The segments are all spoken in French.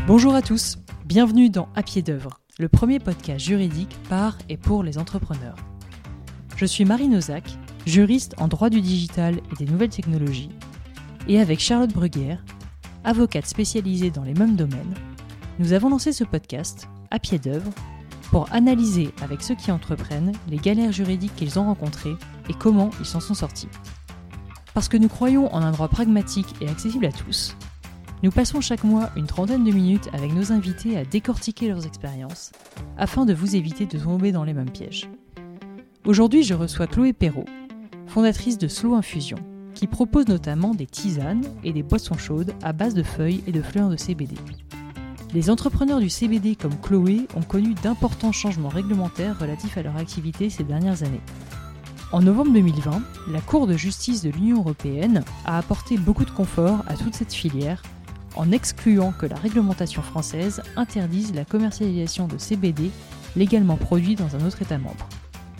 Bonjour à tous, bienvenue dans À pied d'œuvre, le premier podcast juridique par et pour les entrepreneurs. Je suis Marie Nozac, juriste en droit du digital et des nouvelles technologies, et avec Charlotte Bruguière, avocate spécialisée dans les mêmes domaines, nous avons lancé ce podcast, À pied d'œuvre, pour analyser avec ceux qui entreprennent les galères juridiques qu'ils ont rencontrées et comment ils s'en sont sortis. Parce que nous croyons en un droit pragmatique et accessible à tous, nous passons chaque mois une trentaine de minutes avec nos invités à décortiquer leurs expériences, afin de vous éviter de tomber dans les mêmes pièges. Aujourd'hui, je reçois Chloé Perrault, fondatrice de Slow Infusion, qui propose notamment des tisanes et des boissons chaudes à base de feuilles et de fleurs de CBD. Les entrepreneurs du CBD comme Chloé ont connu d'importants changements réglementaires relatifs à leur activité ces dernières années. En novembre 2020, la Cour de justice de l'Union européenne a apporté beaucoup de confort à toute cette filière en excluant que la réglementation française interdise la commercialisation de CBD légalement produit dans un autre État membre.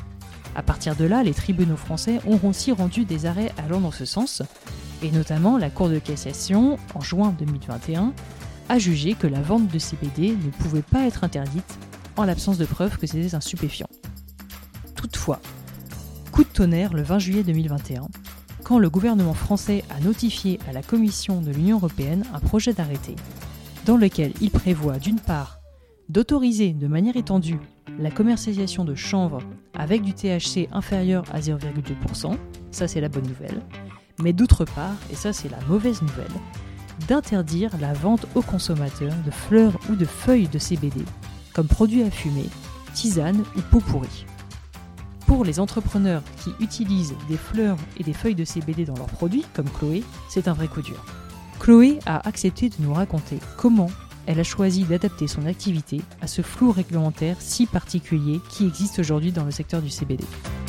À partir de là, les tribunaux français ont aussi rendu des arrêts allant dans ce sens, et notamment la Cour de cassation, en juin 2021, a jugé que la vente de CBD ne pouvait pas être interdite en l'absence de preuves que c'était un stupéfiant. Toutefois, coup de tonnerre le 20 juillet 2021, quand le gouvernement français a notifié à la Commission de l'Union européenne un projet d'arrêté, dans lequel il prévoit d'une part d'autoriser de manière étendue la commercialisation de chanvre avec du THC inférieur à 0,2%, ça c'est la bonne nouvelle, mais d'autre part, et ça c'est la mauvaise nouvelle, d'interdire la vente aux consommateurs de fleurs ou de feuilles de CBD, comme produits à fumer, tisanes ou pots pourris. Pour les entrepreneurs qui utilisent des fleurs et des feuilles de CBD dans leurs produits, comme Chloé, c'est un vrai coup dur. Chloé a accepté de nous raconter comment elle a choisi d'adapter son activité à ce flou réglementaire si particulier qui existe aujourd'hui dans le secteur du CBD.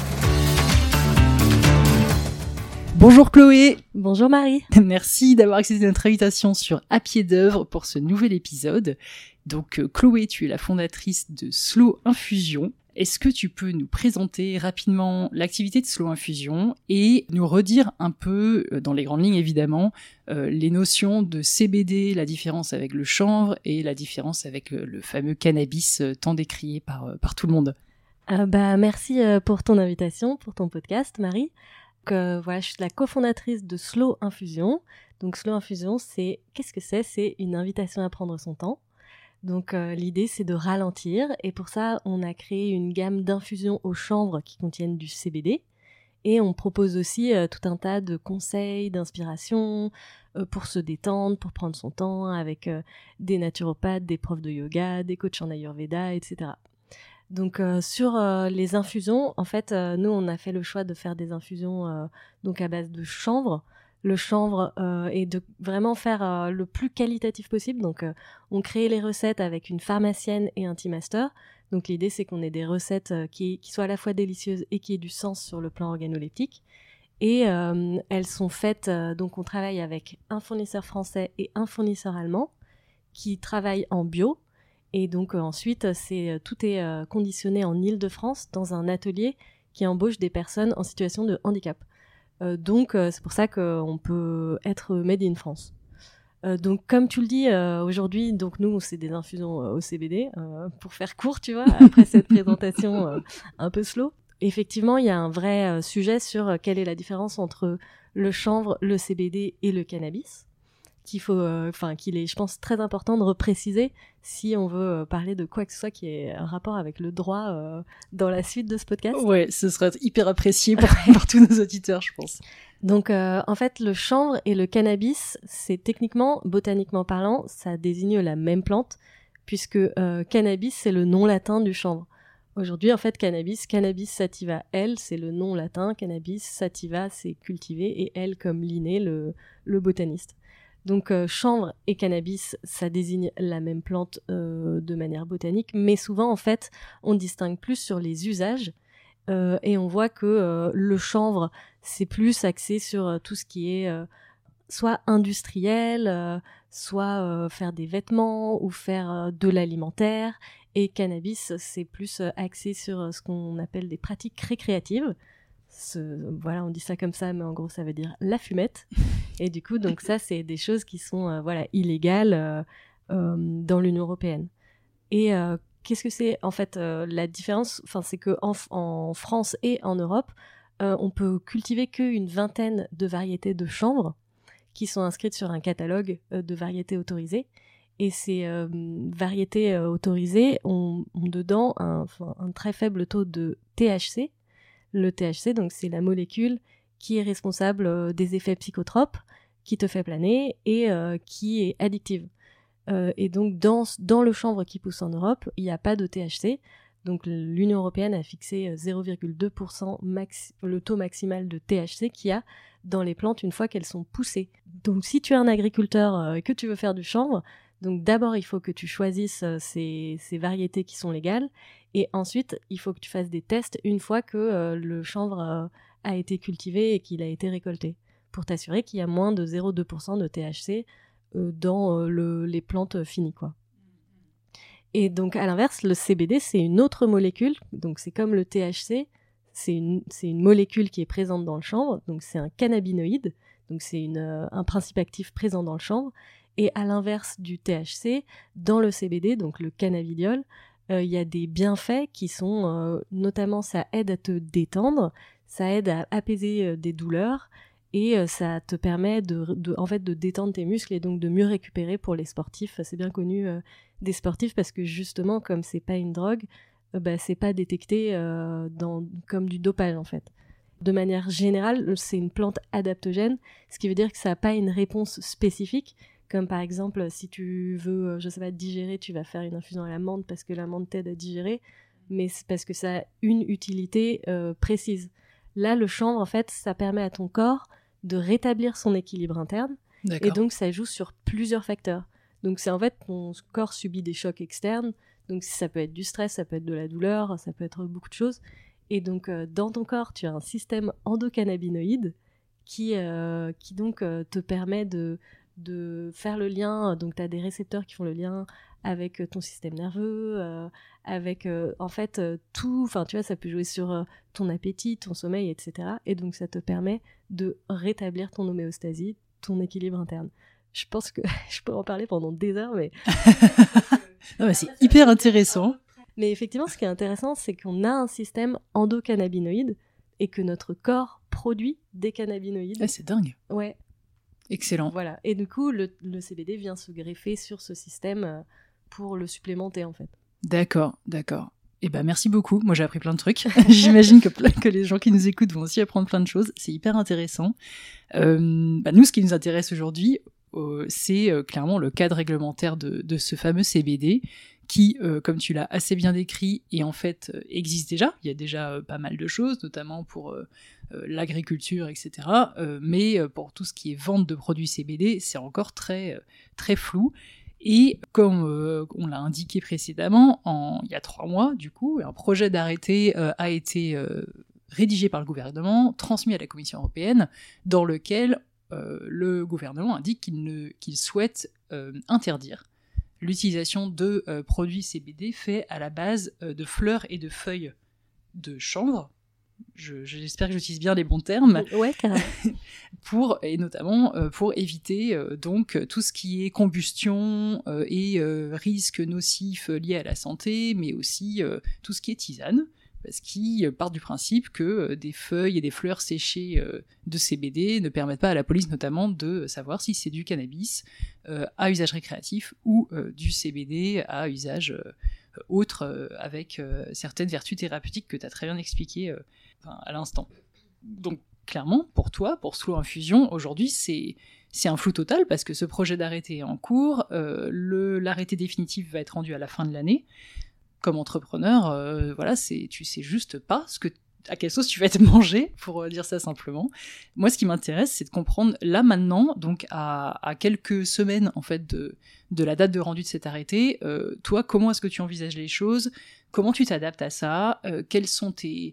Bonjour Chloé. Bonjour Marie. Merci d'avoir accepté notre invitation sur À pied d'œuvre pour ce nouvel épisode. Donc Chloé, tu es la fondatrice de Slow Infusion. Est-ce que tu peux nous présenter rapidement l'activité de Slow Infusion et nous redire un peu, dans les grandes lignes évidemment, les notions de CBD, la différence avec le chanvre et la différence avec le fameux cannabis tant décrié par tout le monde. Merci pour ton invitation, pour ton podcast Marie. Je suis la cofondatrice de Slow Infusion. Donc Slow Infusion, qu'est-ce que c'est ? C'est une invitation à prendre son temps. Donc l'idée c'est de ralentir et pour ça on a créé une gamme d'infusions au chanvre qui contiennent du CBD et on propose aussi tout un tas de conseils, d'inspiration pour se détendre, pour prendre son temps avec des naturopathes, des profs de yoga, des coachs en Ayurveda, etc. Donc sur les infusions, en fait nous on a fait le choix de faire des infusions donc à base de chanvre. Le chanvre et de vraiment faire le plus qualitatif possible. Donc, on crée les recettes avec une pharmacienne et un tea master. Donc, l'idée, c'est qu'on ait des recettes qui soient à la fois délicieuses et qui aient du sens sur le plan organoleptique. Et elles sont faites... donc, on travaille avec un fournisseur français et un fournisseur allemand qui travaillent en bio. Et donc, ensuite, tout est conditionné en Île-de-France dans un atelier qui embauche des personnes en situation de handicap. Donc, c'est pour ça qu'on peut être made in France. Donc, comme tu le dis, aujourd'hui, donc nous, c'est des infusions au CBD, pour faire court, tu vois, après cette présentation un peu slow. Effectivement, il y a un vrai sujet sur quelle est la différence entre le chanvre, le CBD et le cannabis, qu'il est, je pense, très important de repréciser si on veut parler de quoi que ce soit qui ait un rapport avec le droit dans la suite de ce podcast. Ouais, ce serait hyper apprécié par tous nos auditeurs, je pense. Donc, en fait, le chanvre et le cannabis, c'est techniquement, botaniquement parlant, ça désigne la même plante, puisque cannabis, c'est le nom latin du chanvre. Aujourd'hui, en fait, cannabis sativa, L, c'est le nom latin, cannabis sativa, c'est cultivé, et L comme Linné, le botaniste. Donc chanvre et cannabis, ça désigne la même plante de manière botanique, mais souvent en fait on distingue plus sur les usages et on voit que le chanvre c'est plus axé sur tout ce qui est soit industriel, soit faire des vêtements ou faire de l'alimentaire, et cannabis c'est plus axé sur ce qu'on appelle des pratiques récréatives. Voilà, on dit ça comme ça, mais en gros, ça veut dire la fumette. Et du coup, donc ça, c'est des choses qui sont illégales dans l'Union européenne. Et qu'est-ce que c'est en fait la différence? Enfin, c'est que en France et en Europe, on peut cultiver qu'une vingtaine de variétés de chanvre qui sont inscrites sur un catalogue de variétés autorisées. Et ces variétés autorisées ont dedans un très faible taux de THC. Le THC, donc, c'est la molécule qui est responsable des effets psychotropes, qui te fait planer et qui est addictive. Et donc, dans le chanvre qui pousse en Europe, il n'y a pas de THC. Donc, l'Union européenne a fixé 0,2% le taux maximal de THC qu'il y a dans les plantes une fois qu'elles sont poussées. Donc, si tu es un agriculteur et que tu veux faire du chanvre, donc d'abord, il faut que tu choisisses ces variétés qui sont légales. Et ensuite, il faut que tu fasses des tests une fois que le chanvre a été cultivé et qu'il a été récolté, pour t'assurer qu'il y a moins de 0,2% de THC dans les plantes finies, quoi. Et donc, à l'inverse, le CBD, c'est une autre molécule. Donc, c'est comme le THC, c'est une molécule qui est présente dans le chanvre. Donc, c'est un cannabinoïde. Donc, c'est un principe actif présent dans le chanvre. Et à l'inverse du THC, dans le CBD, donc le cannabidiol, il y a des bienfaits qui sont, notamment, ça aide à te détendre, ça aide à apaiser des douleurs, et ça te permet en fait, de détendre tes muscles et donc de mieux récupérer pour les sportifs. C'est bien connu des sportifs parce que justement, comme c'est pas une drogue, c'est pas détecté comme du dopage en fait. De manière générale, c'est une plante adaptogène, ce qui veut dire que ça n'a pas une réponse spécifique. Comme par exemple, si tu veux, je sais pas, digérer, tu vas faire une infusion à la menthe parce que la menthe t'aide à digérer, mais c'est parce que ça a une utilité précise. Là, le chanvre, en fait, ça permet à ton corps de rétablir son équilibre interne. D'accord. Et donc, ça joue sur plusieurs facteurs. Donc, c'est en fait, ton corps subit des chocs externes. Donc, ça peut être du stress, ça peut être de la douleur, ça peut être beaucoup de choses. Et donc, dans ton corps, tu as un système endocannabinoïde qui donc te permet de faire le lien. Donc, tu as des récepteurs qui font le lien avec ton système nerveux, avec en fait tout. Enfin, tu vois, ça peut jouer sur ton appétit, ton sommeil, etc. Et donc, ça te permet de rétablir ton homéostasie, ton équilibre interne. Je pense que je peux en parler pendant des heures, mais... Non, mais c'est hyper intéressant. Mais effectivement, ce qui est intéressant, c'est qu'on a un système endocannabinoïde et que notre corps produit des cannabinoïdes. Ah, c'est dingue. Ouais. Excellent. Voilà. Et du coup, le CBD vient se greffer sur ce système pour le supplémenter, en fait. D'accord. Eh ben, merci beaucoup. Moi, j'ai appris plein de trucs. J'imagine que les gens qui nous écoutent vont aussi apprendre plein de choses. C'est hyper intéressant. Nous, ce qui nous intéresse aujourd'hui, c'est clairement le cadre réglementaire de ce fameux CBD qui, comme tu l'as assez bien décrit, et en fait existe déjà. Il y a déjà pas mal de choses, notamment pour l'agriculture, etc. Mais pour tout ce qui est vente de produits CBD, c'est encore très, très flou. Et comme on l'a indiqué précédemment, il y a 3 mois, du coup, un projet d'arrêté a été rédigé par le gouvernement, transmis à la Commission européenne, dans lequel le gouvernement indique qu'il souhaite interdire l'utilisation de produits CBD faits à la base de fleurs et de feuilles de chanvre. J'espère que j'utilise bien les bons termes. Ouais, carrément. Et notamment pour éviter donc tout ce qui est combustion et risques nocifs liés à la santé, mais aussi tout ce qui est tisane, parce qu'ils partent du principe que des feuilles et des fleurs séchées de CBD ne permettent pas à la police notamment de savoir si c'est du cannabis à usage récréatif ou du CBD à usage autre avec certaines vertus thérapeutiques que tu as très bien expliquées à l'instant. Donc clairement, pour toi, pour Slow Infusion, aujourd'hui c'est un flou total parce que ce projet d'arrêté est en cours, l'arrêté définitif va être rendu à la fin de l'année. Comme entrepreneur, tu sais juste pas à quelle sauce tu vas être mangé, pour dire ça simplement. Moi, ce qui m'intéresse, c'est de comprendre là maintenant, donc à quelques semaines en fait de la date de rendu de cet arrêté, toi, comment est-ce que tu envisages les choses, comment tu t'adaptes à ça, quels sont tes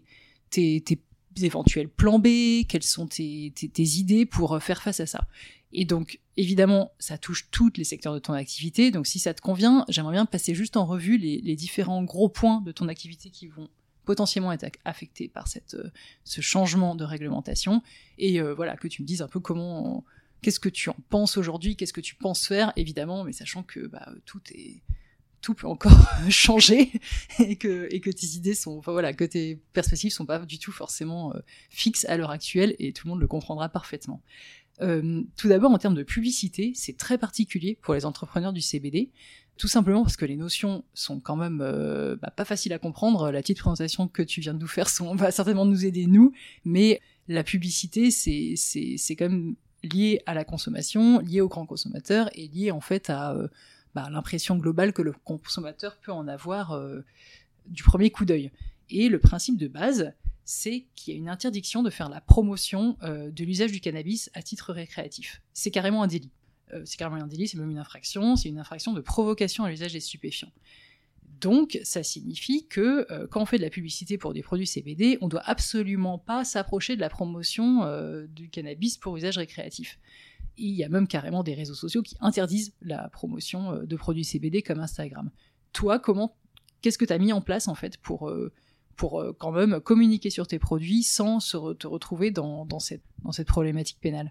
éventuels plans B, quelles sont tes idées pour faire face à ça. Et donc, évidemment, ça touche tous les secteurs de ton activité, donc si ça te convient, j'aimerais bien passer juste en revue les différents gros points de ton activité qui vont potentiellement être affectés par ce changement de réglementation, et que tu me dises un peu comment qu'est-ce que tu en penses aujourd'hui, qu'est-ce que tu penses faire, évidemment, mais sachant que tout peut encore changer et que tes idées sont, que tes perspectives sont pas du tout forcément fixes à l'heure actuelle, et tout le monde le comprendra parfaitement. Tout d'abord, en termes de publicité, c'est très particulier pour les entrepreneurs du CBD, tout simplement parce que les notions sont quand même pas faciles à comprendre. La petite présentation que tu viens de nous faire va certainement nous aider, nous, mais la publicité, c'est quand même lié à la consommation, lié aux grands consommateurs, et lié en fait à l'impression globale que le consommateur peut en avoir du premier coup d'œil. Et le principe de base, c'est qu'il y a une interdiction de faire la promotion de l'usage du cannabis à titre récréatif. C'est carrément un délit. C'est même une infraction, c'est une infraction de provocation à l'usage des stupéfiants. Donc, ça signifie que quand on fait de la publicité pour des produits CBD, on ne doit absolument pas s'approcher de la promotion du cannabis pour usage récréatif. Et il y a même carrément des réseaux sociaux qui interdisent la promotion de produits CBD comme Instagram. Toi, qu'est-ce que tu as mis en place en fait pour quand même communiquer sur tes produits sans te retrouver dans cette problématique pénale?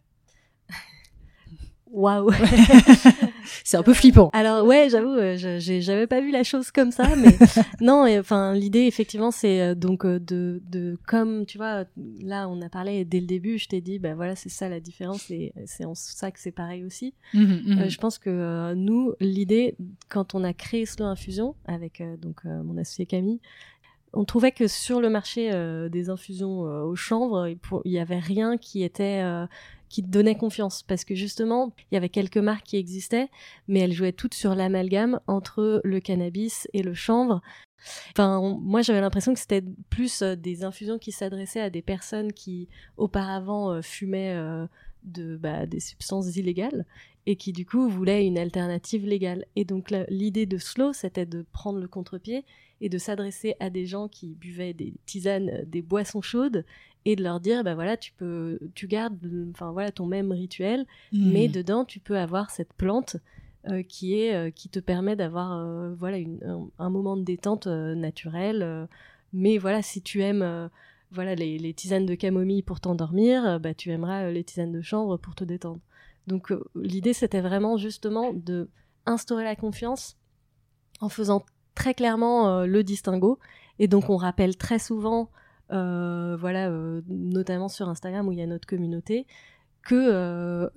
Waouh. C'est un peu flippant. Alors ouais, j'avoue, j'avais pas vu la chose comme ça, mais non. Enfin, l'idée effectivement, c'est donc de comme tu vois, là on a parlé dès le début, je t'ai dit, voilà, c'est ça la différence, et c'est en ça que c'est pareil aussi. Je pense que nous, l'idée quand on a créé Slow Infusion avec mon associé Camille, on trouvait que sur le marché des infusions au chanvre, il y avait rien qui donnait confiance, parce que justement, il y avait quelques marques qui existaient, mais elles jouaient toutes sur l'amalgame entre le cannabis et le chanvre. Enfin, moi, j'avais l'impression que c'était plus des infusions qui s'adressaient à des personnes qui, auparavant, fumaient des substances illégales, et qui, du coup, voulaient une alternative légale. Et donc, l'idée de Slow, c'était de prendre le contre-pied et de s'adresser à des gens qui buvaient des tisanes, des boissons chaudes, et de leur dire, tu gardes ton même rituel, mais dedans, tu peux avoir cette plante qui te permet d'avoir un moment de détente naturel. Mais voilà, si tu aimes les tisanes de camomille pour t'endormir, tu aimeras les tisanes de chanvre pour te détendre. Donc l'idée, c'était vraiment justement de instaurer la confiance en faisant très clairement le distinguo. Et donc on rappelle très souvent, notamment sur Instagram où il y a notre communauté, que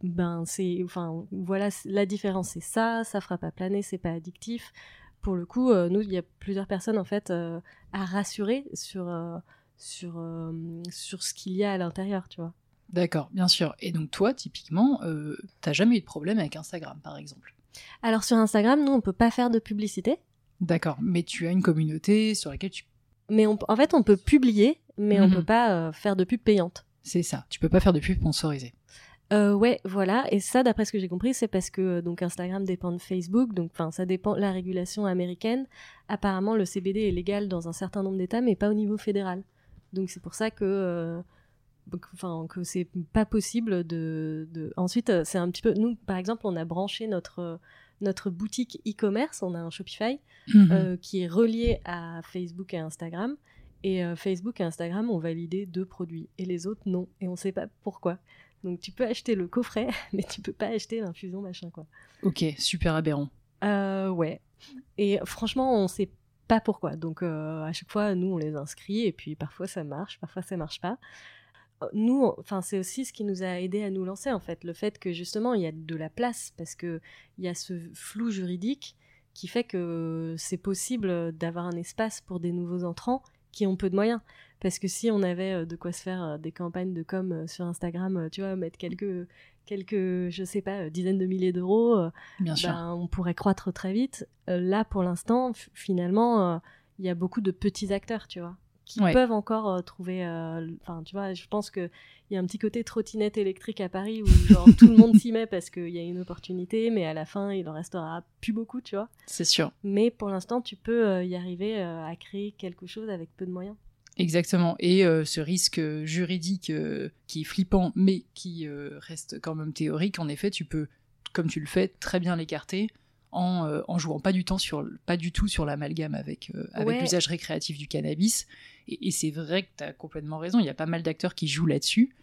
la différence, c'est ça fera pas planer, c'est pas addictif. Pour le coup, nous, il y a plusieurs personnes en fait à rassurer sur ce qu'il y a à l'intérieur, tu vois. D'accord, bien sûr. Et donc toi, typiquement, t'as jamais eu de problème avec Instagram, par exemple? Alors sur Instagram, nous, on peut pas faire de publicité. D'accord, mais tu as une communauté sur laquelle Mais en fait, on peut publier, mais on peut pas faire de pub payante. C'est ça, tu peux pas faire de pub sponsorisée. Ouais, voilà. Et ça, d'après ce que j'ai compris, c'est parce que donc Instagram dépend de Facebook, donc ça dépend de la régulation américaine. Apparemment, le CBD est légal dans un certain nombre d'États, mais pas au niveau fédéral. Donc c'est pour ça que c'est pas possible de... Ensuite, c'est un petit peu... Nous, par exemple, on a branché notre boutique e-commerce, on a un Shopify qui est relié à Facebook et Instagram. Et Facebook et Instagram ont validé 2 produits, et les autres, non. Et on sait pas pourquoi. Donc tu peux acheter le coffret, mais tu peux pas acheter l'infusion machin, quoi. Ok, super aberrant. Ouais. Et franchement, on sait pas pourquoi. Donc à chaque fois, nous, on les inscrit, et puis parfois ça marche, parfois ça marche pas. Nous, c'est aussi ce qui nous a aidé à nous lancer, en fait. Le fait que, justement, il y a de la place, parce qu'il y a ce flou juridique qui fait que c'est possible d'avoir un espace pour des nouveaux entrants qui ont peu de moyens. Parce que si on avait de quoi se faire des campagnes de com sur Instagram, tu vois, mettre quelques je sais pas, dizaines de milliers d'euros, on pourrait croître très vite. Là, pour l'instant, finalement, il y a beaucoup de petits acteurs, tu vois, qui peuvent encore trouver... tu vois, je pense qu'il y a un petit côté trottinette électrique à Paris où genre, tout le monde s'y met parce qu'il y a une opportunité, mais à la fin, il en restera plus beaucoup, tu vois. C'est sûr. Mais pour l'instant, tu peux y arriver à créer quelque chose avec peu de moyens. Exactement. Et ce risque juridique qui est flippant, mais qui reste quand même théorique, en effet, tu peux, comme tu le fais, très bien l'écarter en jouant pas du tout sur l'amalgame avec l'usage récréatif du cannabis. Et c'est vrai que tu as complètement raison, il y a pas mal d'acteurs qui jouent là-dessus,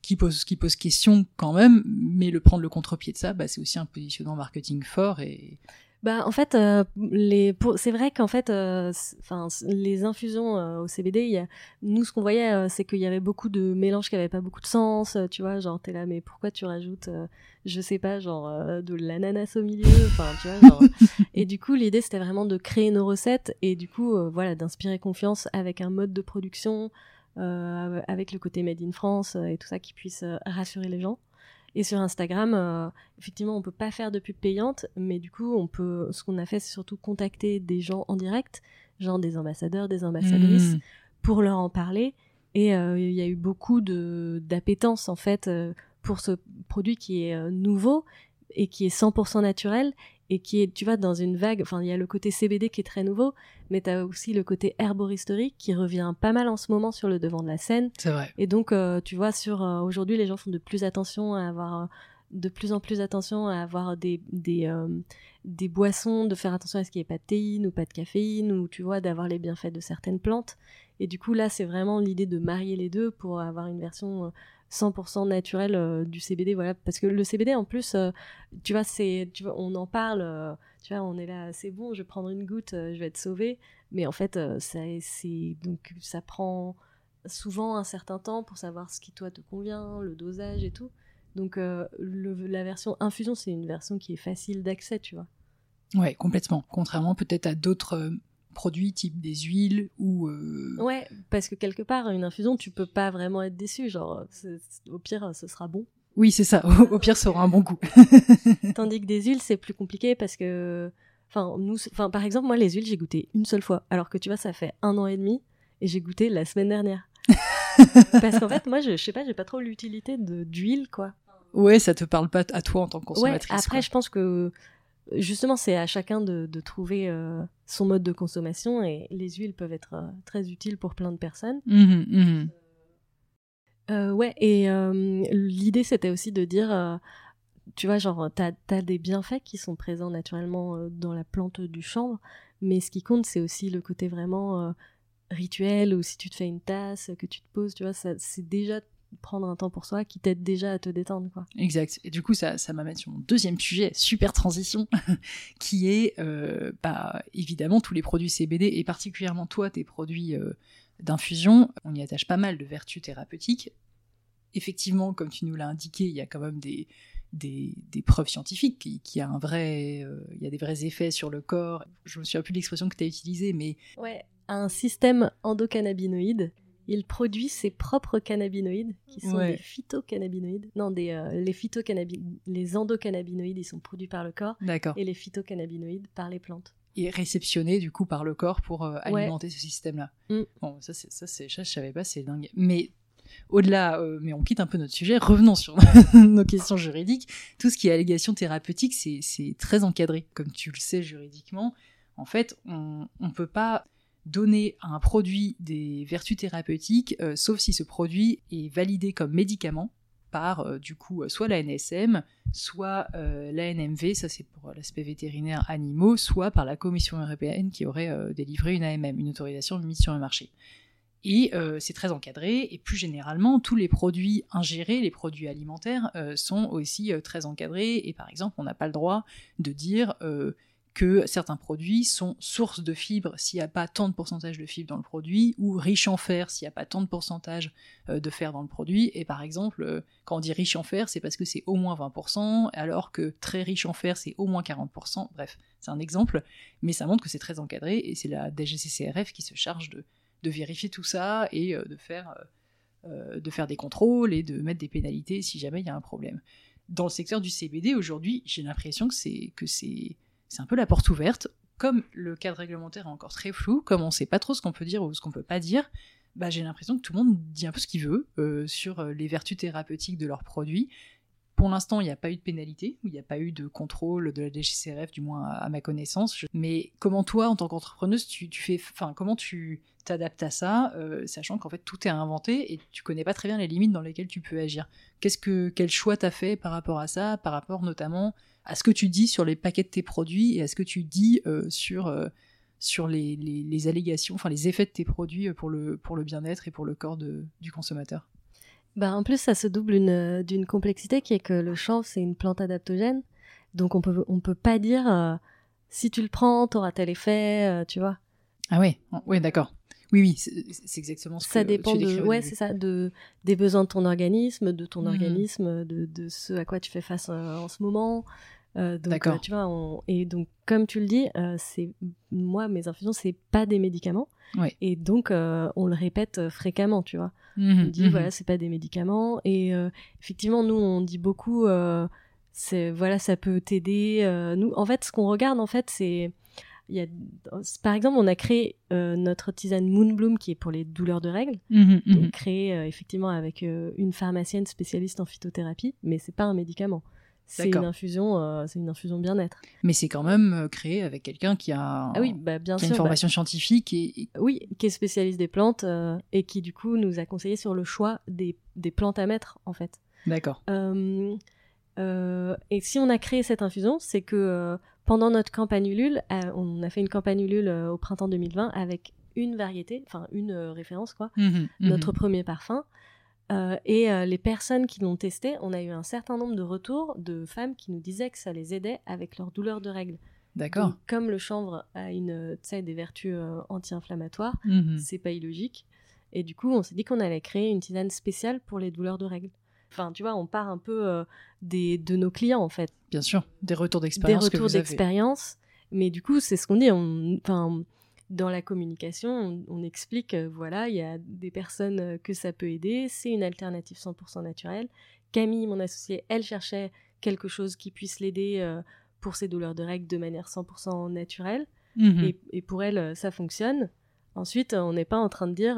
qui pose question quand même, mais prendre le contre-pied de ça, c'est aussi un positionnement marketing fort et... En fait, c'est vrai qu'en fait, les infusions au CBD, nous, ce qu'on voyait, c'est qu'il y avait beaucoup de mélanges qui n'avaient pas beaucoup de sens, tu vois, genre, t'es là, mais pourquoi tu rajoutes, je sais pas, genre, de l'ananas au milieu, enfin, tu vois, genre... Et du coup, l'idée, c'était vraiment de créer nos recettes et du coup, voilà, d'inspirer confiance avec un mode de production, avec le côté Made in France et tout ça qui puisse rassurer les gens. Et sur Instagram, effectivement, on peut pas faire de pub payante, mais du coup, ce qu'on a fait, c'est surtout contacter des gens en direct, genre des ambassadeurs, des ambassadrices, pour leur en parler. Et il y a eu beaucoup d'appétence, en fait, pour ce produit qui est nouveau et qui est 100% naturel et qui est, tu vois, dans une vague. Enfin, il y a le côté CBD qui est très nouveau, mais tu as aussi le côté herboristerie qui revient pas mal en ce moment sur le devant de la scène. C'est vrai. Et donc, tu vois, aujourd'hui, les gens font de plus en plus attention à avoir des boissons, de faire attention à ce qu'il n'y ait pas de théine ou pas de caféine, ou tu vois, d'avoir les bienfaits de certaines plantes. Et du coup, là, c'est vraiment l'idée de marier les deux pour avoir une version 100% naturelle du CBD, voilà. Parce que le CBD, en plus, tu vois, on en parle, tu vois, on est là, c'est bon, je vais prendre une goutte, je vais être sauvée. Mais en fait, donc, ça prend souvent un certain temps pour savoir ce qui, toi, te convient, le dosage et tout. Donc, la version infusion, c'est une version qui est facile d'accès, tu vois. Ouais, complètement. Contrairement peut-être à d'autres produits type des huiles ou... Ouais, parce que quelque part, une infusion, tu peux pas vraiment être déçu. Genre, au pire, ce sera bon. Oui, c'est ça. Au pire, ça aura un bon goût. Tandis que des huiles, c'est plus compliqué parce que... par exemple, moi, les huiles, j'ai goûté une seule fois. Alors que, tu vois, ça fait 1 an et demi et j'ai goûté la semaine dernière. Parce qu'en fait, moi, je sais pas, j'ai pas trop l'utilité d'huile, quoi. Ouais, ça te parle pas à toi en tant que consommatrice. Ouais, après, quoi. Je pense que justement, c'est à chacun de trouver son mode de consommation et les huiles peuvent être très utiles pour plein de personnes. Ouais, et l'idée, c'était aussi de dire, tu vois, genre, t'as des bienfaits qui sont présents naturellement dans la plante du chanvre, mais ce qui compte, c'est aussi le côté vraiment rituel, ou si tu te fais une tasse, que tu te poses, tu vois, c'est déjà prendre un temps pour soi qui t'aide déjà à te détendre, quoi. Exact. Et du coup, ça m'amène sur mon deuxième sujet, super transition, qui est évidemment tous les produits CBD, et particulièrement toi, tes produits d'infusion. On y attache pas mal de vertus thérapeutiques. Effectivement, comme tu nous l'as indiqué, il y a quand même des preuves scientifiques qu'il y a il y a des vrais effets sur le corps. Je me souviens plus de l'expression que tu as utilisée, mais... Ouais, un système endocannabinoïde. Il produit ses propres cannabinoïdes, qui sont des phytocannabinoïdes. Non, les endocannabinoïdes, ils sont produits par le corps. D'accord. Et les phytocannabinoïdes par les plantes. Et réceptionnés, du coup, par le corps pour alimenter ce système-là. Bon, ça, je savais pas, c'est dingue. Mais au-delà, mais on quitte un peu notre sujet, revenons sur nos questions juridiques. Tout ce qui est allégation thérapeutique, c'est très encadré. Comme tu le sais juridiquement, en fait, on peut pas donner à un produit des vertus thérapeutiques, sauf si ce produit est validé comme médicament par, du coup, soit la NSM, soit l'ANMV, ça c'est pour l'aspect vétérinaire animaux, soit par la Commission européenne qui aurait délivré une AMM, une autorisation de mise sur le marché. Et c'est très encadré, et plus généralement, tous les produits ingérés, les produits alimentaires, sont aussi très encadrés, et par exemple, on n'a pas le droit de dire que certains produits sont source de fibres s'il n'y a pas tant de pourcentage de fibres dans le produit, ou riches en fer s'il n'y a pas tant de pourcentage de fer dans le produit. Et par exemple, quand on dit riche en fer, c'est parce que c'est au moins 20%, alors que très riche en fer, c'est au moins 40%. Bref, c'est un exemple, mais ça montre que c'est très encadré, et c'est la DGCCRF qui se charge de vérifier tout ça, et de faire des contrôles, et de mettre des pénalités si jamais il y a un problème. Dans le secteur du CBD, aujourd'hui, j'ai l'impression que c'est un peu la porte ouverte. Comme le cadre réglementaire est encore très flou, comme on ne sait pas trop ce qu'on peut dire ou ce qu'on ne peut pas dire, j'ai l'impression que tout le monde dit un peu ce qu'il veut sur les vertus thérapeutiques de leurs produits. Pour l'instant, il n'y a pas eu de pénalité, il n'y a pas eu de contrôle de la DGCCRF, du moins à ma connaissance. Mais comment toi, en tant qu'entrepreneuse, comment tu t'adaptes à ça, sachant qu'en fait tout est à inventer et tu connais pas très bien les limites dans lesquelles tu peux agir. Quel choix t'as fait par rapport à ça, par rapport notamment à ce que tu dis sur les paquets de tes produits et à ce que tu dis sur les allégations, enfin les effets de tes produits pour le bien-être et pour le corps du consommateur? En plus, ça se double d'une complexité qui est que le chanvre, c'est une plante adaptogène. Donc, on peut pas dire si tu le prends, t'auras tel effet, tu vois. Ah ouais, d'accord. Oui, c'est exactement ce que ça dépend tu décris au début. c'est ça, des besoins de ton organisme, de ce à quoi tu fais face en ce moment. Donc, d'accord. tu vois, et donc, comme tu le dis, moi, mes infusions, c'est pas des médicaments. Ouais. Et donc, on le répète fréquemment, tu vois. On dit, voilà, c'est pas des médicaments. Et effectivement, nous, on dit beaucoup, voilà, ça peut t'aider. Nous, en fait, ce qu'on regarde, en fait, c'est... par exemple, on a créé notre tisane Moonbloom qui est pour les douleurs de règles, donc créée effectivement avec une pharmacienne spécialiste en phytothérapie, mais c'est pas un médicament. C'est une infusion bien-être. Mais c'est quand même créé avec quelqu'un qui a, bien qui sûr, a une formation scientifique oui, qui est spécialiste des plantes et qui du coup nous a conseillé sur le choix des plantes à mettre en fait. D'accord. Et si on a créé cette infusion, c'est que pendant notre campagne Ulule, on a fait une campagne Ulule au printemps 2020 avec une variété, enfin une référence quoi, notre premier parfum. Et les personnes qui l'ont testé, on a eu un certain nombre de retours de femmes qui nous disaient que ça les aidait avec leurs douleurs de règles. D'accord. Donc, comme le chanvre a des vertus anti-inflammatoires, c'est pas illogique. Et du coup, on s'est dit qu'on allait créer une tisane spéciale pour les douleurs de règles. Enfin, tu vois, on part un peu de nos clients, en fait. Bien sûr, des retours d'expérience que vous avez. Des retours d'expérience. Mais du coup, c'est ce qu'on dit. Dans la communication, on explique, voilà, il y a des personnes que ça peut aider, c'est une alternative 100% naturelle. Camille, mon associée, elle cherchait quelque chose qui puisse l'aider pour ses douleurs de règles de manière 100% naturelle. Et pour elle, ça fonctionne. Ensuite, on n'est pas en train de dire,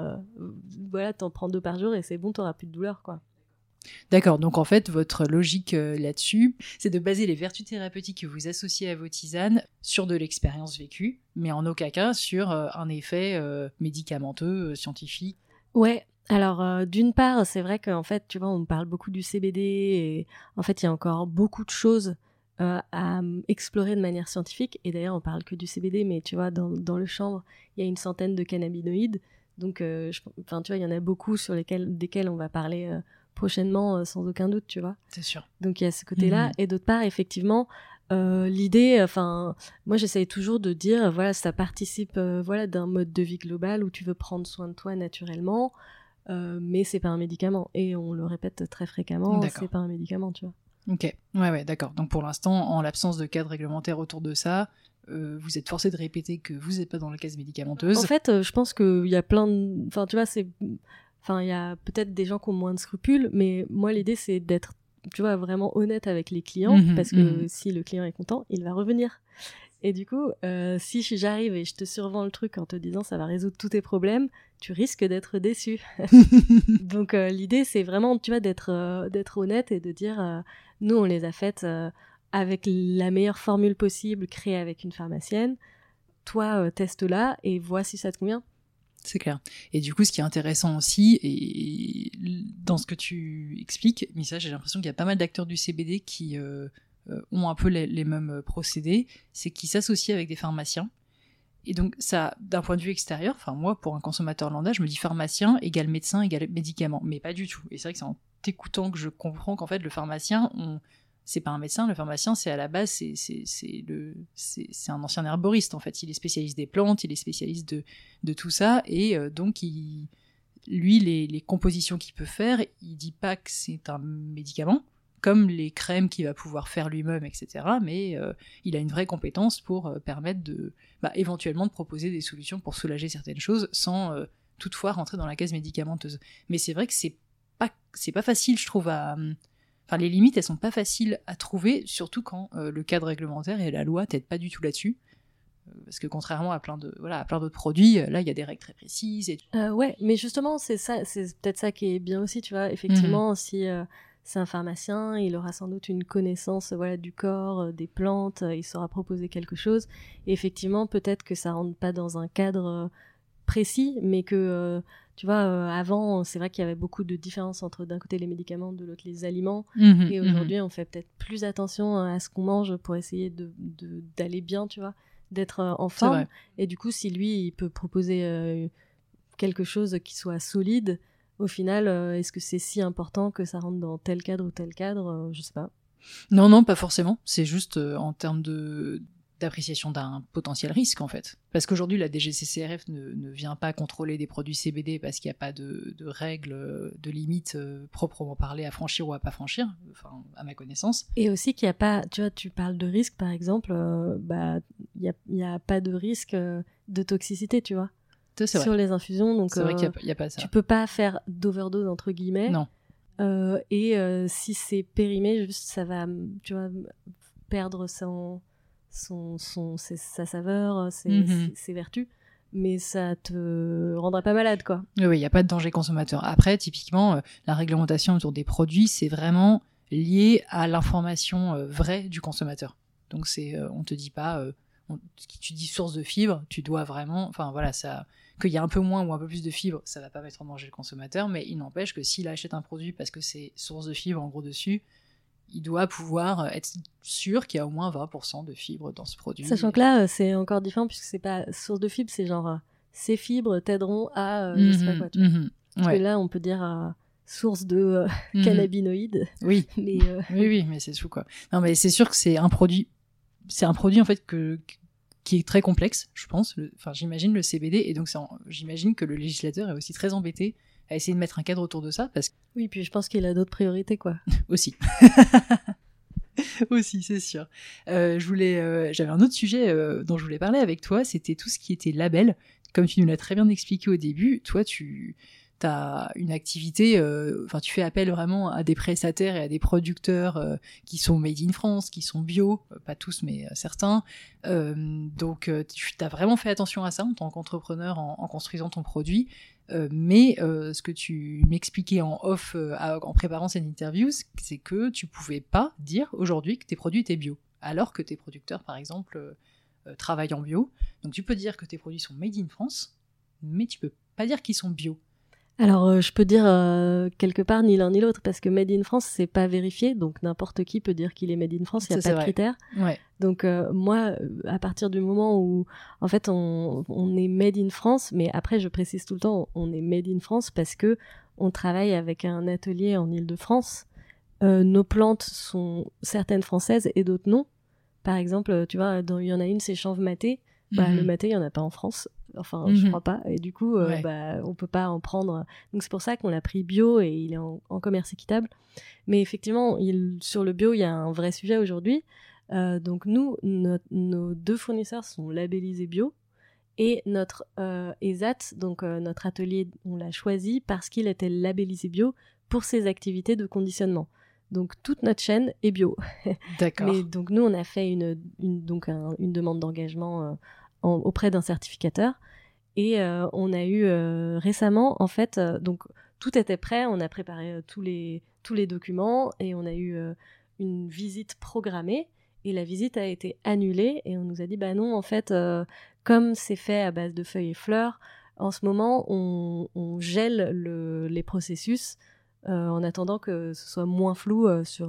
voilà, t'en prends 2 par jour et c'est bon, t'auras plus de douleur, quoi. D'accord, donc en fait, votre logique là-dessus, c'est de baser les vertus thérapeutiques que vous associez à vos tisanes sur de l'expérience vécue, mais en aucun cas sur un effet médicamenteux, scientifique. Ouais, alors d'une part, c'est vrai qu'en fait, tu vois, on parle beaucoup du CBD et en fait, il y a encore beaucoup de choses à explorer de manière scientifique. Et d'ailleurs, on parle que du CBD, mais tu vois, dans le chanvre, il y a une centaine de cannabinoïdes. Donc, tu vois, il y en a beaucoup desquels on va parler prochainement sans aucun doute, tu vois. C'est sûr. Donc il y a ce côté-là. Et d'autre part, effectivement, l'idée, moi j'essaye toujours de dire, voilà, ça participe d'un mode de vie global où tu veux prendre soin de toi naturellement, mais c'est pas un médicament. Et on le répète très fréquemment, c'est pas un médicament, tu vois. Ok, ouais, d'accord. Donc pour l'instant, en l'absence de cadre réglementaire autour de ça, vous êtes forcé de répéter que vous n'êtes pas dans la case médicamenteuse. En fait, je pense qu'il y a plein de... Enfin, tu vois, il y a peut-être des gens qui ont moins de scrupules, mais moi, l'idée, c'est d'être, tu vois, vraiment honnête avec les clients, parce que si le client est content, il va revenir. Et du coup, si j'arrive et je te survends le truc en te disant ça va résoudre tous tes problèmes, tu risques d'être déçu. Donc, l'idée, c'est vraiment, tu vois, d'être honnête et de dire, nous, on les a faites avec la meilleure formule possible, créée avec une pharmacienne. Toi, teste-la et vois si ça te convient. C'est clair. Et du coup, ce qui est intéressant aussi, et dans ce que tu expliques, mais ça, j'ai l'impression qu'il y a pas mal d'acteurs du CBD qui ont un peu les mêmes procédés, c'est qu'ils s'associent avec des pharmaciens. Et donc, ça, d'un point de vue extérieur, enfin, moi, pour un consommateur lambda, je me dis pharmacien égale médecin égale médicament, mais pas du tout. Et c'est vrai que c'est en t'écoutant que je comprends qu'en fait, le pharmacien, c'est pas un médecin, le pharmacien, c'est à la base, c'est un ancien herboriste, en fait. Il est spécialiste des plantes, il est spécialiste de tout ça, et donc, lui, les compositions qu'il peut faire, il dit pas que c'est un médicament, comme les crèmes qu'il va pouvoir faire lui-même, etc., mais il a une vraie compétence pour permettre éventuellement de proposer des solutions pour soulager certaines choses, sans toutefois rentrer dans la case médicamenteuse. Mais c'est vrai que c'est pas facile, je trouve, Enfin, les limites, elles sont pas faciles à trouver, surtout quand le cadre réglementaire et la loi t'aident pas du tout là-dessus. Parce que contrairement à plein d'autres produits, là, il y a des règles très précises. Ouais, mais justement, c'est peut-être ça qui est bien aussi, tu vois. Effectivement, si c'est un pharmacien, il aura sans doute une connaissance du corps, des plantes, il saura proposer quelque chose. Et effectivement, peut-être que ça rentre pas dans un cadre précis, mais que... tu vois, avant, c'est vrai qu'il y avait beaucoup de différences entre d'un côté les médicaments, de l'autre les aliments. Et aujourd'hui, on fait peut-être plus attention à ce qu'on mange pour essayer d'aller bien, tu vois, d'être en forme. Et du coup, si lui, il peut proposer quelque chose qui soit solide, au final, est-ce que c'est si important que ça rentre dans tel cadre ou tel cadre, je sais pas. Non, pas forcément. C'est juste en termes d'appréciation d'un potentiel risque, en fait. Parce qu'aujourd'hui, la DGCCRF ne vient pas contrôler des produits CBD parce qu'il n'y a pas de règles, de limites proprement parlées à franchir ou à pas franchir, enfin, à ma connaissance. Et aussi qu'il n'y a pas, tu vois, tu parles de risque, par exemple, il n'y a pas de risque de toxicité, tu vois, sur les infusions. Donc, c'est vrai qu'il n'y a pas ça. Tu peux pas faire d'overdose, entre guillemets. Non. Si c'est périmé, juste ça va, tu vois, perdre sa saveur, ses vertus, mais ça te rendra pas malade, quoi. Oui, il n'y a pas de danger consommateur. Après, typiquement, la réglementation autour des produits, c'est vraiment lié à l'information vraie du consommateur. Donc, on te dit pas, tu dis source de fibres, tu dois vraiment, enfin voilà, ça, qu'il y a un peu moins ou un peu plus de fibres, ça va pas mettre en danger le consommateur, mais il n'empêche que s'il achète un produit parce que c'est source de fibres en gros dessus, il doit pouvoir être sûr qu'il y a au moins 20% de fibres dans ce produit. Sachant que là, c'est encore différent puisque c'est pas source de fibres, c'est genre ces fibres t'aideront à je sais pas quoi. Parce que là, on peut dire source de cannabinoïdes. Oui. Mais, oui, mais c'est fou quoi. Non, mais c'est sûr que c'est un produit en fait qui est très complexe, je pense. Enfin, j'imagine le CBD, et donc j'imagine que le législateur est aussi très embêté à essayer de mettre un cadre autour de ça, parce que... Oui, puis je pense qu'il a d'autres priorités, quoi. Aussi. Aussi, c'est sûr. J'avais un autre sujet dont je voulais parler avec toi, c'était tout ce qui était label. Comme tu nous l'as très bien expliqué au début, toi, tu as une activité, tu fais appel vraiment à des prestataires et à des producteurs qui sont made in France, qui sont bio, pas tous, mais certains. Donc, tu as vraiment fait attention à ça en tant qu'entrepreneur en construisant ton produit. Mais ce que tu m'expliquais en off en préparant cette interview, c'est que tu pouvais pas dire aujourd'hui que tes produits étaient bio, alors que tes producteurs, par exemple, travaillent en bio. Donc tu peux dire que tes produits sont made in France, mais tu peux pas dire qu'ils sont bio. Alors, je peux dire quelque part ni l'un ni l'autre, parce que Made in France, c'est pas vérifié, donc n'importe qui peut dire qu'il est Made in France, il n'y a pas de critères. Ouais. Donc, moi, à partir du moment où, en fait, on est Made in France, mais après, je précise tout le temps, on est Made in France parce que on travaille avec un atelier en Île-de-France. Nos plantes sont certaines françaises et d'autres non. Par exemple, tu vois, il y en a une, c'est chanvre maté. Le maté, il n'y en a pas en France. Enfin, je crois pas. Et du coup, on peut pas en prendre. Donc, c'est pour ça qu'on l'a pris bio et il est en commerce équitable. Mais effectivement, sur le bio, il y a un vrai sujet aujourd'hui. Donc, nous, nos deux fournisseurs sont labellisés bio. Et notre ESAT, donc notre atelier, on l'a choisi parce qu'il était labellisé bio pour ses activités de conditionnement. Donc, toute notre chaîne est bio. D'accord. Mais donc, nous, on a fait une demande d'engagement auprès d'un certificateur. Et on a eu récemment, en fait, donc tout était prêt, on a préparé tous les documents et on a eu une visite programmée. Et la visite a été annulée et on nous a dit, bah non, en fait, comme c'est fait à base de feuilles et fleurs, en ce moment, on gèle les processus en attendant que ce soit moins flou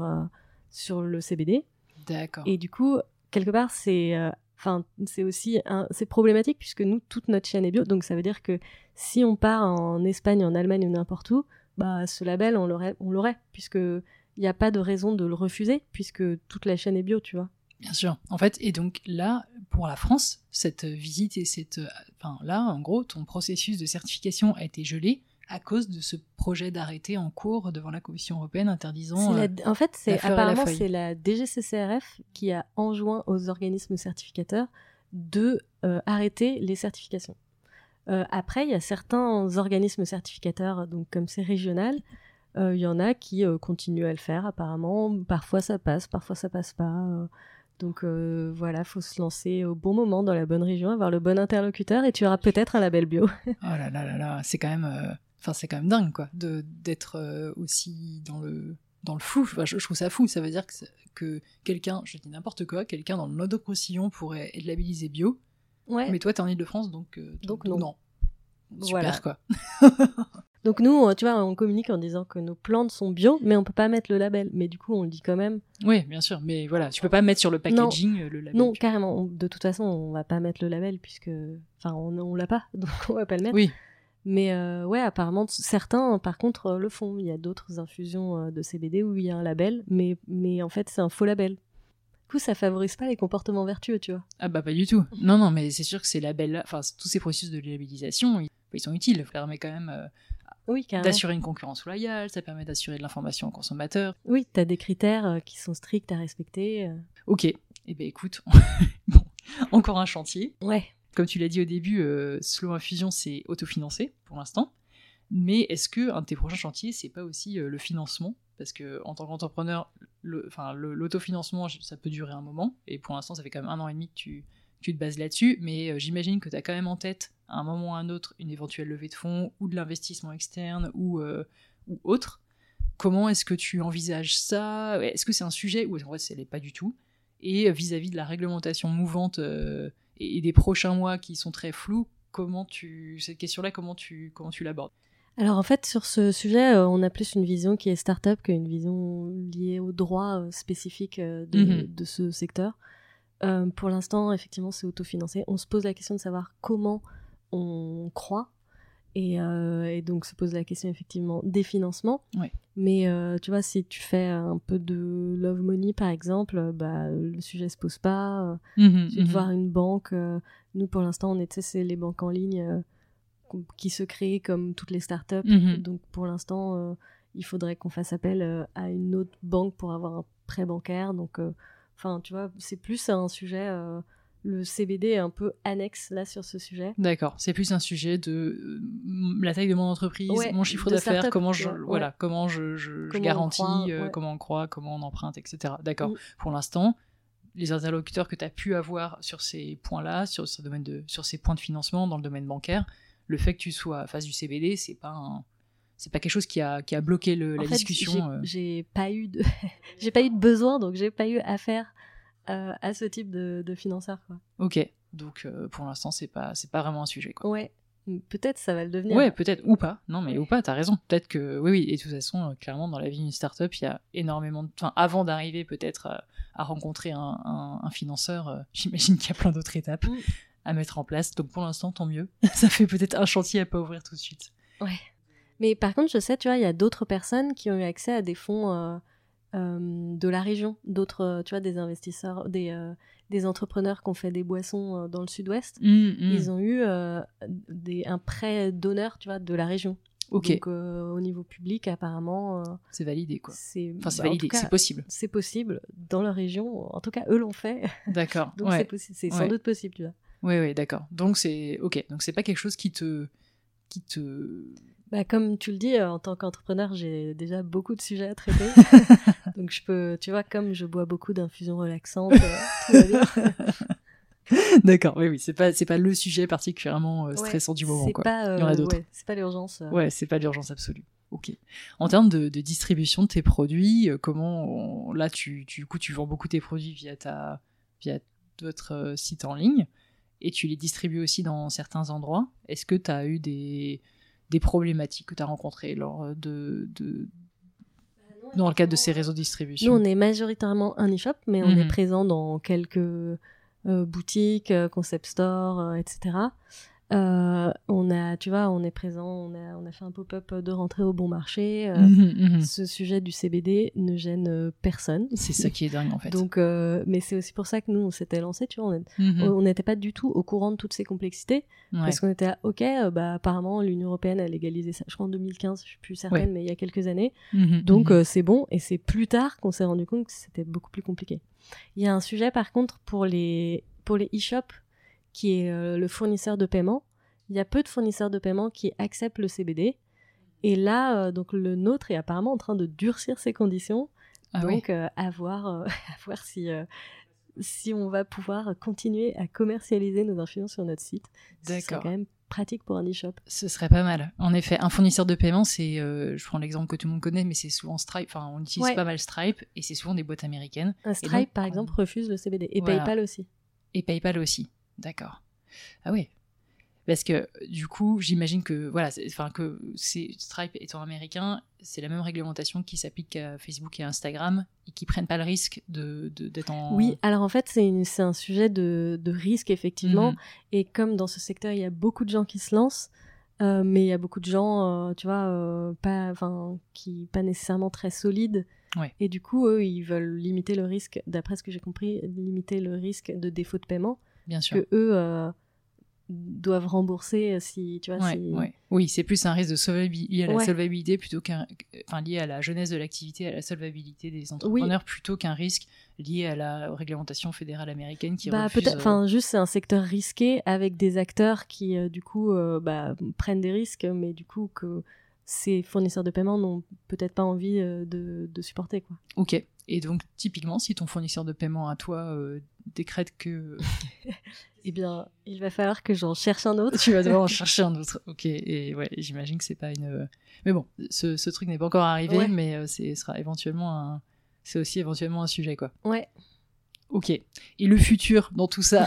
sur le CBD. D'accord. Et du coup, quelque part, c'est aussi c'est problématique puisque nous, toute notre chaîne est bio. Donc, ça veut dire que si on part en Espagne, en Allemagne ou n'importe où, bah, ce label, on l'aurait puisque il n'y a pas de raison de le refuser puisque toute la chaîne est bio, tu vois. Bien sûr. En fait, et donc là, pour la France, cette visite et là, en gros, ton processus de certification a été gelé à cause de ce projet d'arrêté en cours devant la Commission européenne interdisant en fait, apparemment, c'est la DGCCRF qui a enjoint aux organismes certificateurs de arrêter les certifications. Après, il y a certains organismes certificateurs, donc comme c'est régional, il y en a qui continuent à le faire apparemment. Parfois ça passe, parfois ça passe pas. Donc voilà, faut se lancer au bon moment dans la bonne région, avoir le bon interlocuteur et tu auras peut-être un label bio. Oh là là là là, c'est quand même... c'est quand même dingue, quoi, d'être aussi dans le flou. Enfin, je trouve ça fou. Ça veut dire que quelqu'un, je dis n'importe quoi, quelqu'un dans le Languedoc-Roussillon pourrait être labellisé bio. Ouais. Mais toi, t'es en Île-de-France, donc non. Super, voilà. Quoi. Donc nous, tu vois, on communique en disant que nos plantes sont bio, mais on peut pas mettre le label. Mais du coup, on le dit quand même. Oui, bien sûr. Mais voilà, tu peux pas mettre sur le packaging le label. Non, carrément. De toute façon, on va pas mettre le label puisque... Enfin, on l'a pas, donc on va pas le mettre. Oui. Mais ouais, apparemment, certains, par contre, le font. Il y a d'autres infusions de CBD où il y a un label, mais en fait, c'est un faux label. Du coup, ça favorise pas les comportements vertueux, tu vois. Ah bah pas du tout. Non, mais c'est sûr que ces labels-là, enfin tous ces processus de labellisation, ils sont utiles. Ça permet quand même Oui, carrément. d'assurer une concurrence loyale, ça permet d'assurer de l'information aux consommateurs. Oui, t'as des critères qui sont stricts à respecter. Ok, eh ben écoute, bon, encore un chantier. Ouais. Comme tu l'as dit au début, Slow Infusion, c'est autofinancé pour l'instant. Mais est-ce que un de tes prochains chantiers, c'est pas aussi le financement ? Parce que en tant qu'entrepreneur, l'autofinancement, ça peut durer un moment. Et pour l'instant, ça fait quand même 1 an et demi que tu te bases là-dessus. Mais j'imagine que tu as quand même en tête, à un moment ou à un autre, une éventuelle levée de fonds ou de l'investissement externe ou autre. Comment est-ce que tu envisages ça ? Est-ce que c'est un sujet ou en fait, ça l'est pas du tout ? Et vis-à-vis de la réglementation mouvante et des prochains mois qui sont très flous, cette question-là, comment tu l'abordes ? Alors en fait, sur ce sujet, on a plus une vision qui est start-up qu'une vision liée au droit spécifique de ce secteur. Pour l'instant, effectivement, c'est autofinancé. On se pose la question de savoir comment on croit. Et donc se pose la question effectivement des financements. Ouais. Mais tu vois, si tu fais un peu de love money par exemple, le sujet se pose pas. Tu vas voir une banque. Nous pour l'instant, c'est les banques en ligne qui se créent comme toutes les startups. Donc pour l'instant, il faudrait qu'on fasse appel à une autre banque pour avoir un prêt bancaire. Donc, tu vois, c'est plus un sujet. Le CBD est un peu annexe là sur ce sujet. D'accord, c'est plus un sujet de la taille de mon entreprise, ouais, mon chiffre d'affaires, comment je comment garantis, comment on croit, comment on emprunte, etc. D'accord. Pour l'instant, les interlocuteurs que tu as pu avoir sur ces points-là, sur ces points de financement dans le domaine bancaire, le fait que tu sois face du CBD, c'est pas quelque chose qui a bloqué la discussion. J'ai pas eu de j'ai pas eu de besoin, donc j'ai pas eu affaire à ce type de financeur, quoi. Ok, donc pour l'instant c'est pas vraiment un sujet, quoi. Ouais, peut-être ça va le devenir. Ouais, peut-être, ou pas. Non, mais ou pas, t'as raison. Peut-être que oui, et de toute façon, clairement, dans la vie d'une startup, il y a énormément de... Enfin, avant d'arriver peut-être à rencontrer un financeur, j'imagine qu'il y a plein d'autres étapes à mettre en place. Donc pour l'instant, tant mieux. Ça fait peut-être un chantier à pas ouvrir tout de suite. Ouais. Mais par contre, je sais, tu vois, il y a d'autres personnes qui ont eu accès à des fonds de la région, d'autres, tu vois, des investisseurs, des entrepreneurs qui ont fait des boissons dans le sud-ouest. Ils ont eu un prêt d'honneur, tu vois, de la région. Okay. Donc au niveau public, apparemment... c'est validé, quoi. C'est validé, c'est possible. C'est possible dans leur région. En tout cas, eux l'ont fait. D'accord. Donc c'est sans doute possible, tu vois. Oui, d'accord. Donc c'est donc c'est pas quelque chose qui te... comme tu le dis, en tant qu'entrepreneur, j'ai déjà beaucoup de sujets à traiter. Donc je peux, tu vois, comme je bois beaucoup d'infusions relaxantes, tout va bien. D'accord, oui, c'est pas le sujet particulièrement stressant du moment, quoi. Il y en a d'autres. C'est pas l'urgence. Ouais, c'est pas l'urgence absolue. Ok. En termes de distribution de tes produits, là, tu vends beaucoup tes produits via votre site en ligne et tu les distribues aussi dans certains endroits. Est-ce que tu as eu des problématiques que tu as rencontrées dans le cadre de ces réseaux de distribution? Nous, on est majoritairement un e-shop, mais on est présent dans quelques boutiques, concept store, etc. On est présent, on a fait un pop-up de rentrée au bon marché. Ce sujet du CBD ne gêne personne. C'est ça qui est dingue, en fait. Donc, mais c'est aussi pour ça que nous, on s'était lancé, tu vois, on n'était pas du tout au courant de toutes ces complexités, parce qu'on était là, ok, apparemment, l'Union européenne a légalisé ça, je crois en 2015, je suis plus certaine, mais il y a quelques années. Donc, c'est bon, et c'est plus tard qu'on s'est rendu compte que c'était beaucoup plus compliqué. Il y a un sujet, par contre, pour les e-shops, qui est le fournisseur de paiement. Il y a peu de fournisseurs de paiement qui acceptent le CBD. Et là, donc le nôtre est apparemment en train de durcir ses conditions. Donc, à voir si on va pouvoir continuer à commercialiser nos infusions sur notre site. C'est quand même pratique pour un e-shop. Ce serait pas mal. En effet, un fournisseur de paiement, c'est, je prends l'exemple que tout le monde connaît, mais c'est souvent Stripe. Enfin, on utilise pas mal Stripe, et c'est souvent des boîtes américaines. Stripe, donc, par exemple, refuse le CBD. Et PayPal aussi. Et PayPal aussi. D'accord. Ah oui. Parce que du coup, j'imagine que Stripe étant américain, c'est la même réglementation qui s'applique à Facebook et à Instagram et qui prennent pas le risque d'être en... Oui, alors en fait, c'est un sujet de risque, effectivement. Et comme dans ce secteur, il y a beaucoup de gens qui se lancent, Mais il y a beaucoup de gens, tu vois, pas nécessairement très solides. Ouais. Et du coup, eux, ils veulent limiter le risque, d'après ce que j'ai compris, limiter le risque de défaut de paiement. Bien sûr. Que eux doivent rembourser si, tu vois, Oui, c'est plus un risque lié à la Ouais. solvabilité lié à la jeunesse de l'activité, à la solvabilité des entrepreneurs, plutôt qu'un risque lié à la réglementation fédérale américaine qui refuse... Peut-être, juste c'est un secteur risqué avec des acteurs qui, du coup, prennent des risques, mais du coup, que ces fournisseurs de paiement n'ont peut-être pas envie de supporter, quoi. Ok. Et donc, typiquement, si ton fournisseur de paiement à toi décrète que... Eh bien, il va falloir que j'en cherche un autre. Tu vas devoir en chercher un autre. Ok, et ouais, j'imagine que c'est pas une... Mais bon, ce truc n'est pas encore arrivé, mais sera éventuellement c'est aussi éventuellement un sujet, quoi. Ouais. Ok. Et le futur dans tout ça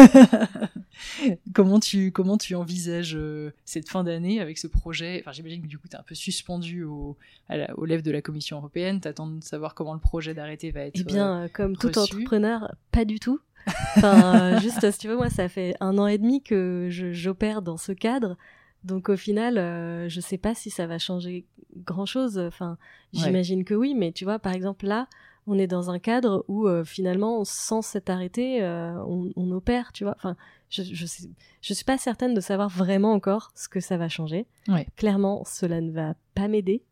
comment tu envisages cette fin d'année avec ce projet? Enfin, j'imagine que du coup, t'es un peu suspendu aux lèvres de la Commission européenne. T'attends de savoir comment le projet d'arrêté va être Eh bien, comme tout reçu. entrepreneur, pas du tout. Enfin, juste, si tu veux, moi, ça fait 1 an et demi que j'opère dans ce cadre. Donc, au final, je sais pas si ça va changer grand-chose. Enfin, j'imagine que oui, mais tu vois, par exemple, là, on est dans un cadre où, finalement, sans cet arrêté, on opère, tu vois. Enfin, je suis pas certaine de savoir vraiment encore ce que ça va changer. Ouais. Clairement, cela ne va pas m'aider.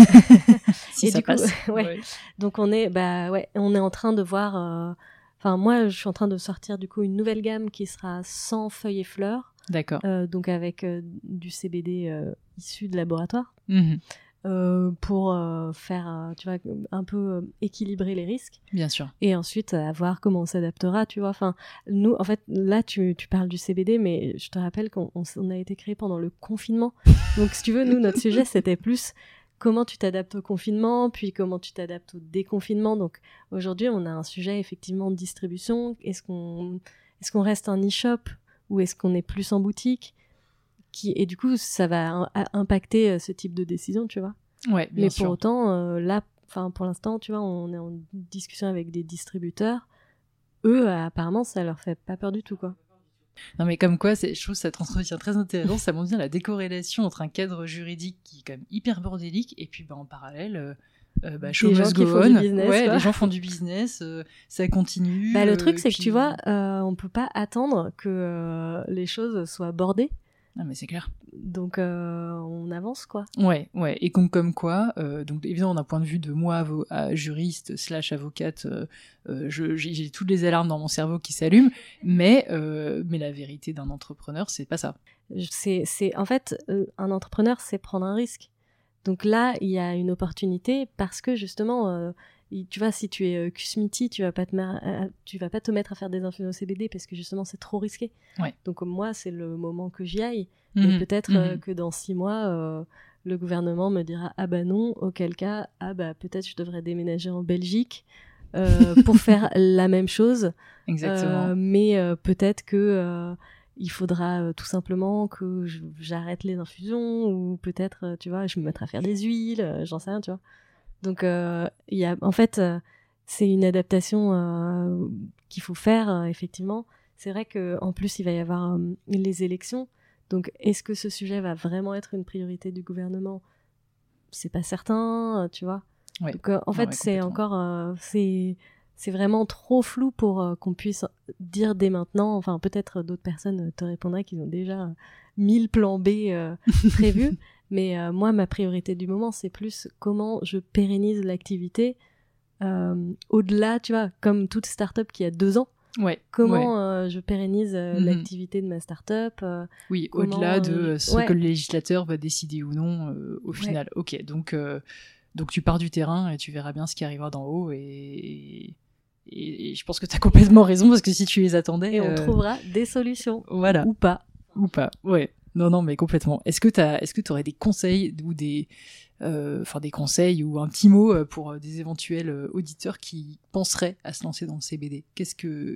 Si et ça du coup, passe. ouais. Donc, on est en train de voir... Enfin, moi, je suis en train de sortir du coup une nouvelle gamme qui sera sans feuilles et fleurs. D'accord. Donc avec du CBD issu de laboratoire. Pour faire, tu vois, un peu équilibrer les risques. Bien sûr. Et ensuite, à voir comment on s'adaptera, tu vois. Enfin, nous, en fait, là, tu parles du CBD, mais je te rappelle qu'on a été créé pendant le confinement. Donc, si tu veux, nous, notre sujet, c'était plus... comment tu t'adaptes au confinement, puis comment tu t'adaptes au déconfinement. Donc aujourd'hui, on a un sujet effectivement de distribution. Est-ce qu'on reste un e-shop ou est-ce qu'on est plus en boutique et du coup, ça va impacter ce type de décision, tu vois. Ouais, bien sûr. Mais pour autant, là, pour l'instant, tu vois, on est en discussion avec des distributeurs. Eux, apparemment, ça leur fait pas peur du tout, quoi. Non mais comme quoi, je trouve cet entretien très intéressant, ça montre bien la décorrélation entre un cadre juridique qui est quand même hyper bordélique et puis en parallèle, show must go on. Les gens font du business, ça continue. Le truc c'est que tu vois, on peut pas attendre que les choses soient bordées. Ah mais c'est clair. Donc on avance quoi. Ouais. Et comme quoi, donc évidemment d'un point de vue de moi juriste / avocate, j'ai toutes les alarmes dans mon cerveau qui s'allument, mais la vérité d'un entrepreneur, c'est pas ça. C'est en fait un entrepreneur, c'est prendre un risque. Donc là, il y a une opportunité parce que justement. Tu vois, si tu es Cusmiti, tu vas pas te mettre à faire des infusions CBD parce que justement c'est trop risqué. Ouais. Donc moi, c'est le moment que j'y aille. Mais peut-être que dans 6 mois, le gouvernement me dira ah bah non, auquel cas peut-être je devrais déménager en Belgique pour faire la même chose. Exactement. Mais peut-être que il faudra tout simplement que j'arrête les infusions ou peut-être tu vois je me mettrai à faire des huiles, j'en sais rien, tu vois. Donc, en fait, c'est une adaptation qu'il faut faire, effectivement. C'est vrai qu'en plus, il va y avoir les élections. Donc, est-ce que ce sujet va vraiment être une priorité du gouvernement ? C'est pas certain, tu vois. Ouais. Donc, en fait, c'est encore... c'est vraiment trop flou pour qu'on puisse dire dès maintenant... Enfin, peut-être d'autres personnes te répondraient qu'ils ont déjà 1000 plans B prévus. Mais moi, ma priorité du moment, c'est plus comment je pérennise l'activité au-delà, tu vois, comme toute start-up qui a 2 ans. Ouais. Comment je pérennise l'activité de ma start-up oui, au-delà de ce que le législateur va décider ou non au final. Ok, donc tu pars du terrain et tu verras bien ce qui arrivera d'en haut et je pense que tu as complètement raison parce que si tu les attendais... Et on trouvera des solutions. Voilà. Ou pas, ouais. Non, mais complètement. Est-ce que tu aurais des conseils ou des conseils ou un petit mot pour des éventuels auditeurs qui penseraient à se lancer dans le CBD ? Qu'est-ce que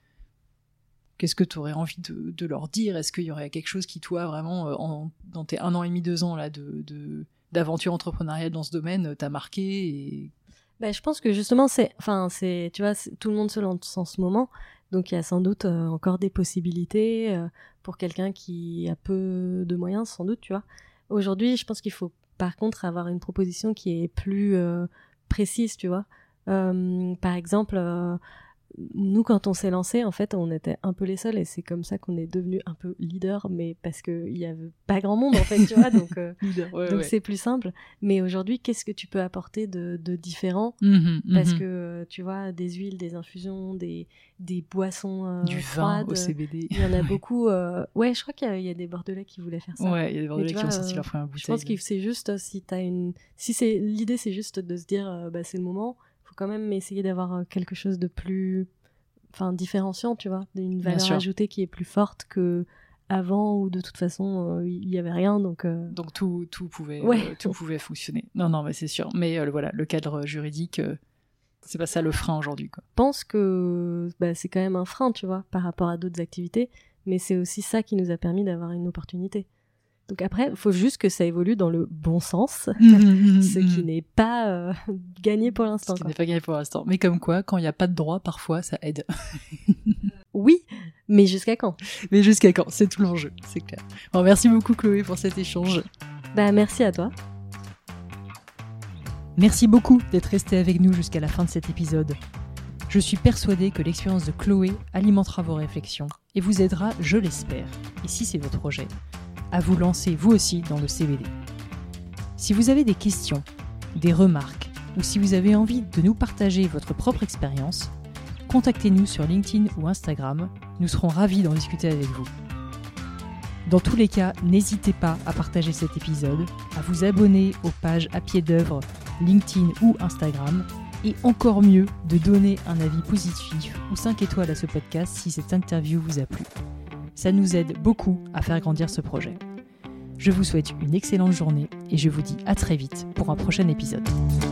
tu aurais envie de leur dire ? Est-ce qu'il y aurait quelque chose qui, toi, vraiment, dans tes 1 an et demi, 2 ans là, d'aventure entrepreneuriale dans ce domaine, t'a marqué et... Je pense que justement, tu vois, tout le monde se lance en ce moment. Donc il y a sans doute encore des possibilités pour quelqu'un qui a peu de moyens, sans doute, tu vois. Aujourd'hui, je pense qu'il faut par contre avoir une proposition qui est plus précise, tu vois. Par exemple, nous, quand on s'est lancé, en fait, on était un peu les seuls et c'est comme ça qu'on est devenu un peu leader, mais parce qu'il n'y avait pas grand monde, en fait, tu vois, donc c'est plus simple. Mais aujourd'hui, qu'est-ce que tu peux apporter de différent parce que, tu vois, des huiles, des infusions, des boissons du froides, vin au CBD. Il y en a beaucoup. Ouais, je crois qu'il y a des Bordelais qui voulaient faire ça. Ouais, il y a des Bordelais qui ont sorti leur première bouteille. Je pense que c'est juste, l'idée, c'est juste de se dire, c'est le moment, quand même essayer d'avoir quelque chose de plus différenciant, tu vois, d'une valeur ajoutée qui est plus forte que avant où de toute façon il y avait rien, donc tout pouvait fonctionner. Non, mais c'est sûr, mais voilà, le cadre juridique, c'est pas ça le frein aujourd'hui, quoi. Je pense que c'est quand même un frein, tu vois, par rapport à d'autres activités, mais c'est aussi ça qui nous a permis d'avoir une opportunité. Donc après, il faut juste que ça évolue dans le bon sens, ce qui n'est pas gagné pour l'instant. Ce qui n'est pas gagné pour l'instant. Mais comme quoi, quand il n'y a pas de droit, parfois, ça aide. Oui, mais jusqu'à quand ? Mais jusqu'à quand ? C'est tout l'enjeu, c'est clair. Bon, merci beaucoup Chloé pour cet échange. Merci à toi. Merci beaucoup d'être resté avec nous jusqu'à la fin de cet épisode. Je suis persuadée que l'expérience de Chloé alimentera vos réflexions et vous aidera, je l'espère, et si c'est votre projet, à vous lancer vous aussi dans le CBD. Si vous avez des questions, des remarques, ou si vous avez envie de nous partager votre propre expérience, contactez-nous sur LinkedIn ou Instagram, nous serons ravis d'en discuter avec vous. Dans tous les cas, n'hésitez pas à partager cet épisode, à vous abonner aux pages à pied d'œuvre LinkedIn ou Instagram, et encore mieux, de donner un avis positif ou 5 étoiles à ce podcast si cette interview vous a plu. Ça nous aide beaucoup à faire grandir ce projet. Je vous souhaite une excellente journée et je vous dis à très vite pour un prochain épisode.